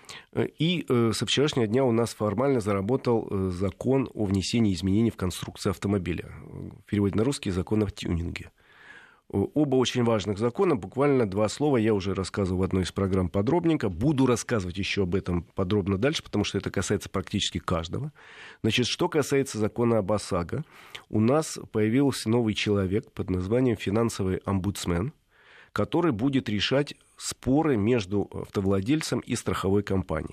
И со вчерашнего дня у нас формально заработал закон о внесении изменений в конструкцию автомобиля. В переводе на русский — закон о тюнинге. Оба очень важных закона, буквально два слова, я уже рассказывал в одной из программ подробненько. Буду рассказывать еще об этом подробно дальше, потому что это касается практически каждого. Значит, что касается закона об ОСАГО, у нас появился новый человек под названием финансовый омбудсмен, который будет решать споры между автовладельцем и страховой компанией.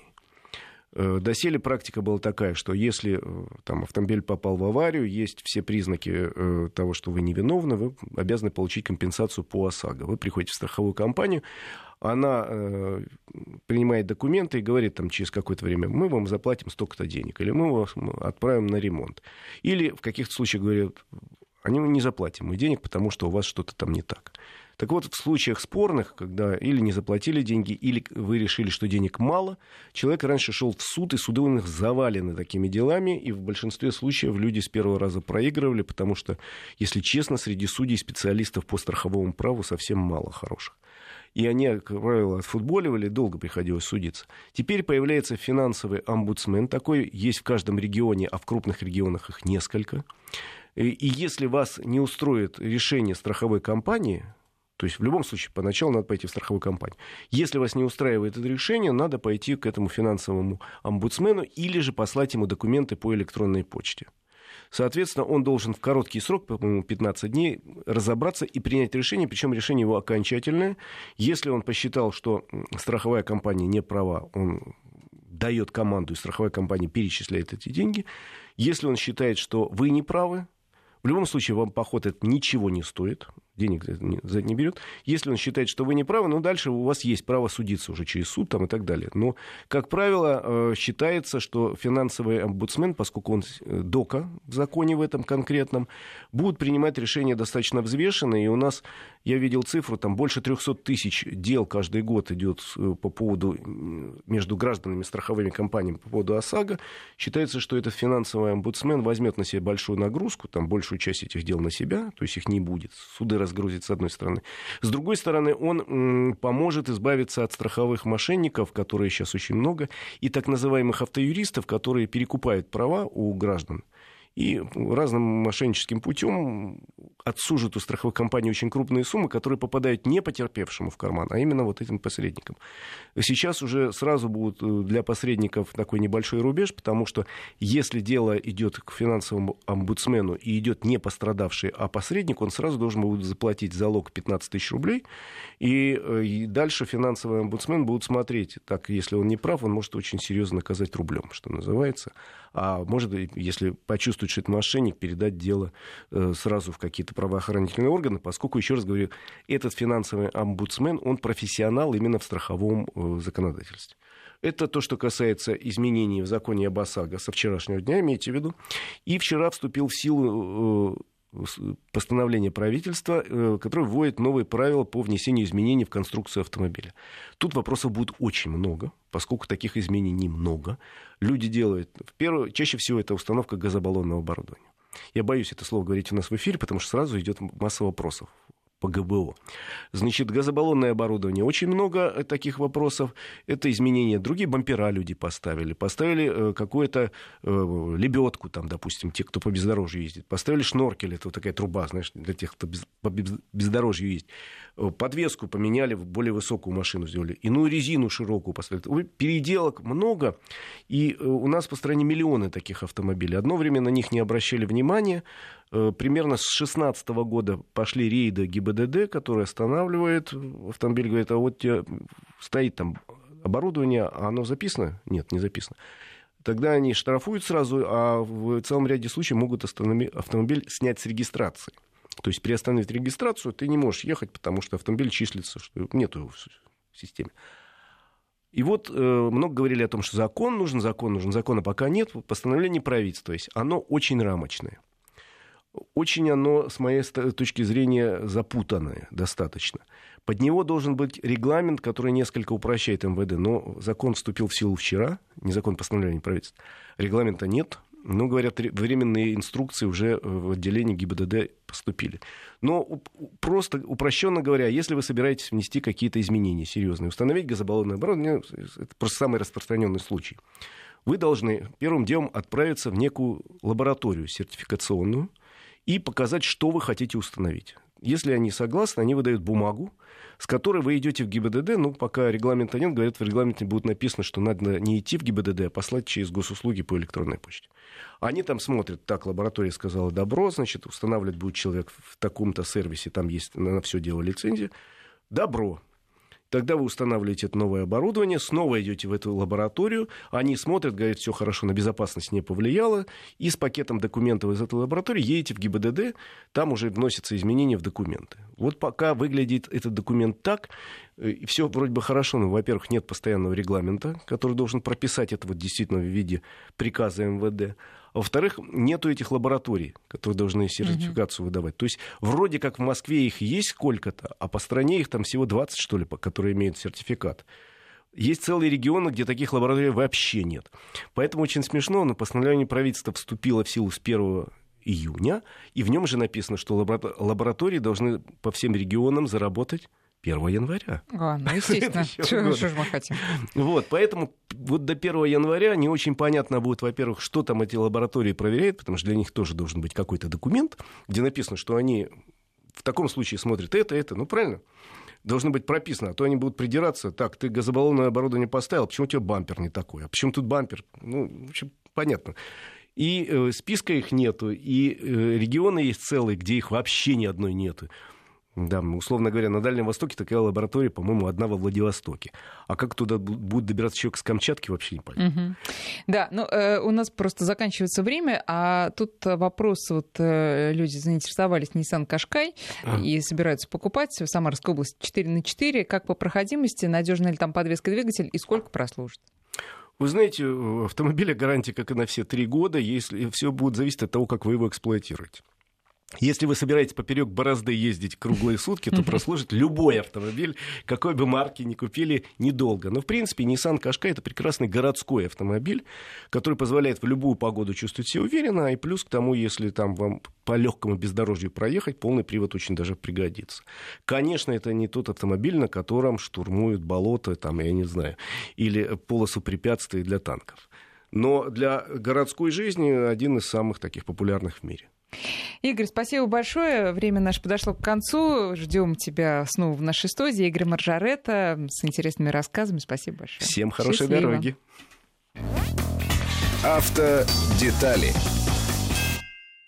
Доселе практика была такая, что если там, автомобиль попал в аварию, есть все признаки того, что вы невиновны, вы обязаны получить компенсацию по ОСАГО. Вы приходите в страховую компанию, она э, принимает документы и говорит там, через какое-то время: мы вам заплатим столько-то денег, или мы вас отправим на ремонт. Или в каких-то случаях говорят: они не заплатим мы денег, потому что у вас что-то там не так. Так вот, в случаях спорных, когда или не заплатили деньги, или вы решили, что денег мало, человек раньше шел в суд, и суды у них завалены такими делами, и в большинстве случаев люди с первого раза проигрывали, потому что, если честно, среди судей специалистов по страховому праву совсем мало хороших. И они, как правило, отфутболивали, долго приходилось судиться. Теперь появляется финансовый омбудсмен. Такой есть в каждом регионе, а в крупных регионах их несколько. И если вас не устроит решение страховой компании, то есть в любом случае поначалу надо пойти в страховую компанию. Если вас не устраивает это решение, надо пойти к этому финансовому омбудсмену или же послать ему документы по электронной почте. Соответственно, он должен в короткий срок, по-моему, пятнадцать дней, разобраться и принять решение, причем решение его окончательное. Если он посчитал, что страховая компания не права, он дает команду, и страховая компания перечисляет эти деньги. Если он считает, что вы не правы, в любом случае вам поход это ничего не стоит, денег за это не берет. Если он считает, что вы не правы, ну, дальше у вас есть право судиться уже через суд там, и так далее. Но, как правило, считается, что финансовый омбудсмен, поскольку он дока в законе в этом конкретном, будет принимать решения достаточно взвешенные. И у нас, я видел цифру, там больше триста тысяч дел каждый год идет по поводу, между гражданами страховыми компаниями по поводу ОСАГО. Считается, что этот финансовый омбудсмен возьмет на себя большую нагрузку, там большую часть этих дел на себя, то есть их не будет. Суды разгрузит с одной стороны. С другой стороны, он м, поможет избавиться от страховых мошенников, которые сейчас очень много, и так называемых автоюристов, которые перекупают права у граждан. И разным мошенническим путем отсужат у страховых компаний очень крупные суммы, которые попадают не потерпевшему в карман, а именно вот этим посредникам. Сейчас уже сразу будет для посредников такой небольшой рубеж, потому что если дело идет к финансовому омбудсмену и идет не пострадавший, а посредник, он сразу должен будет заплатить залог пятнадцать тысяч рублей, и, и дальше финансовый омбудсмен будет смотреть. Так, если он не прав, он может очень серьезно наказать рублем, что называется. А может, если почувствует, что это мошенник, передать дело э, сразу в какие-то правоохранительные органы, поскольку, еще раз говорю, этот финансовый омбудсмен, он профессионал именно в страховом э, законодательстве. Это то, что касается изменений в законе об ОСАГО со вчерашнего дня, имейте в виду. И вчера вступил в силу э, постановление правительства, э, которое вводит новые правила по внесению изменений в конструкцию автомобиля. Тут вопросов будет очень много, поскольку таких изменений немного. Люди делают... В первую, чаще всего это установка газобаллонного оборудования. Я боюсь это слово говорить у нас в эфире, потому что сразу идет масса вопросов по ГБО. Значит, газобаллонное оборудование. Очень много таких вопросов. Это изменения. Другие бампера люди поставили. Поставили какую-то э, лебедку, там, допустим, те, кто по бездорожью ездит. Поставили шноркель. Это вот такая труба, знаешь, для тех, кто без, по бездорожью ездит. Подвеску поменяли, в более высокую машину сделали. Иную резину широкую поставили. Переделок много. И у нас по стране миллионы таких автомобилей. Одно время на них не обращали внимания. Примерно с шестнадцатого года пошли рейды ГИБДД, которые останавливают автомобиль, говорит, а вот тебе стоит там оборудование, а оно записано? Нет, не записано. Тогда они штрафуют сразу, а в целом ряде случаев могут автомобиль снять с регистрации. То есть приостановить регистрацию ты не можешь ехать, потому что автомобиль числится, что нету его в системе. И вот э, много говорили о том, что закон нужен, закон нужен, закона пока нет, постановление правительства есть, оно очень рамочное. Очень оно, с моей точки зрения, запутанное достаточно. Под него должен быть регламент, который несколько упрощает МВД. Но закон вступил в силу вчера, не закон, постановления правительства. Регламента нет. Но, говорят, временные инструкции уже в отделении ГИБДД поступили. Но просто, упрощенно говоря, если вы собираетесь внести какие-то изменения серьезные, установить газобаллонное оборудование, это просто самый распространенный случай. Вы должны первым делом отправиться в некую лабораторию сертификационную, и показать, что вы хотите установить. Если они согласны, они выдают бумагу, с которой вы идете в ГИБДД. Ну, пока регламента нет, говорят, в регламенте будет написано, что надо не идти в ГИБДД, а послать через госуслуги по электронной почте. Они там смотрят, так, лаборатория сказала добро, значит, устанавливать будет человек в таком-то сервисе, там есть на все дело лицензия. Добро. Тогда вы устанавливаете это новое оборудование, снова идете в эту лабораторию, они смотрят, говорят, все хорошо, на безопасность не повлияло, и с пакетом документов из этой лаборатории едете в ГИБДД, там уже вносятся изменения в документы. Вот пока выглядит этот документ так, И все вроде бы хорошо, но, во-первых, нет постоянного регламента, который должен прописать это вот действительно в виде приказа эм вэ дэ. А во-вторых, нету этих лабораторий, которые должны сертификацию mm-hmm. выдавать. То есть вроде как в Москве их есть сколько-то, а по стране их там всего двадцать, что ли, которые имеют сертификат. Есть целые регионы, где таких лабораторий вообще нет. Поэтому очень смешно, но постановление правительства вступило в силу с первого июня, и в нем же написано, что лаборатории должны по всем регионам заработать первого января. А, ну, естественно. Что же мы хотим? Вот, поэтому вот до первого января не очень понятно будет, во-первых, что там эти лаборатории проверяют, потому что для них тоже должен быть какой-то документ, где написано, что они в таком случае смотрят это, это, ну, правильно? Должно быть прописано, а то они будут придираться. Так, ты газобаллонное оборудование поставил, почему у тебя бампер не такой? А почему тут бампер? Ну, в общем, понятно. И э, списка их нету, и э, регионы есть целые, где их вообще ни одной нету. Да, условно говоря, на Дальнем Востоке такая лаборатория, по-моему, одна во Владивостоке. А как туда будет добираться человек с Камчатки, вообще не понятно. Угу. Да, ну, э, у нас просто заканчивается время, а тут вопрос, вот э, люди заинтересовались Nissan Qashqai а. и собираются покупать в Самарской области четыре на четыре. Как по проходимости, надежна ли там подвеска, двигатель и сколько прослужит? Вы знаете, у автомобиля гарантия, как и на все три года, если все будет зависеть от того, как вы его эксплуатируете. Если вы собираетесь поперек борозды ездить круглые сутки, то прослужит любой автомобиль, какой бы марки ни купили, недолго. Но, в принципе, Nissan Qashqai — это прекрасный городской автомобиль, который позволяет в любую погоду чувствовать себя уверенно, и плюс к тому, если там вам по легкому бездорожью проехать, полный привод очень даже пригодится. Конечно, это не тот автомобиль, на котором штурмуют болото, там, я не знаю, или полосу препятствий для танков. Но для городской жизни один из самых таких популярных в мире. Игорь, спасибо большое. Время наше подошло к концу. Ждем тебя снова в нашей студии. Игорь Маржаретта с интересными рассказами. Спасибо большое. Всем хорошей Счастливо. дороги. Автодетали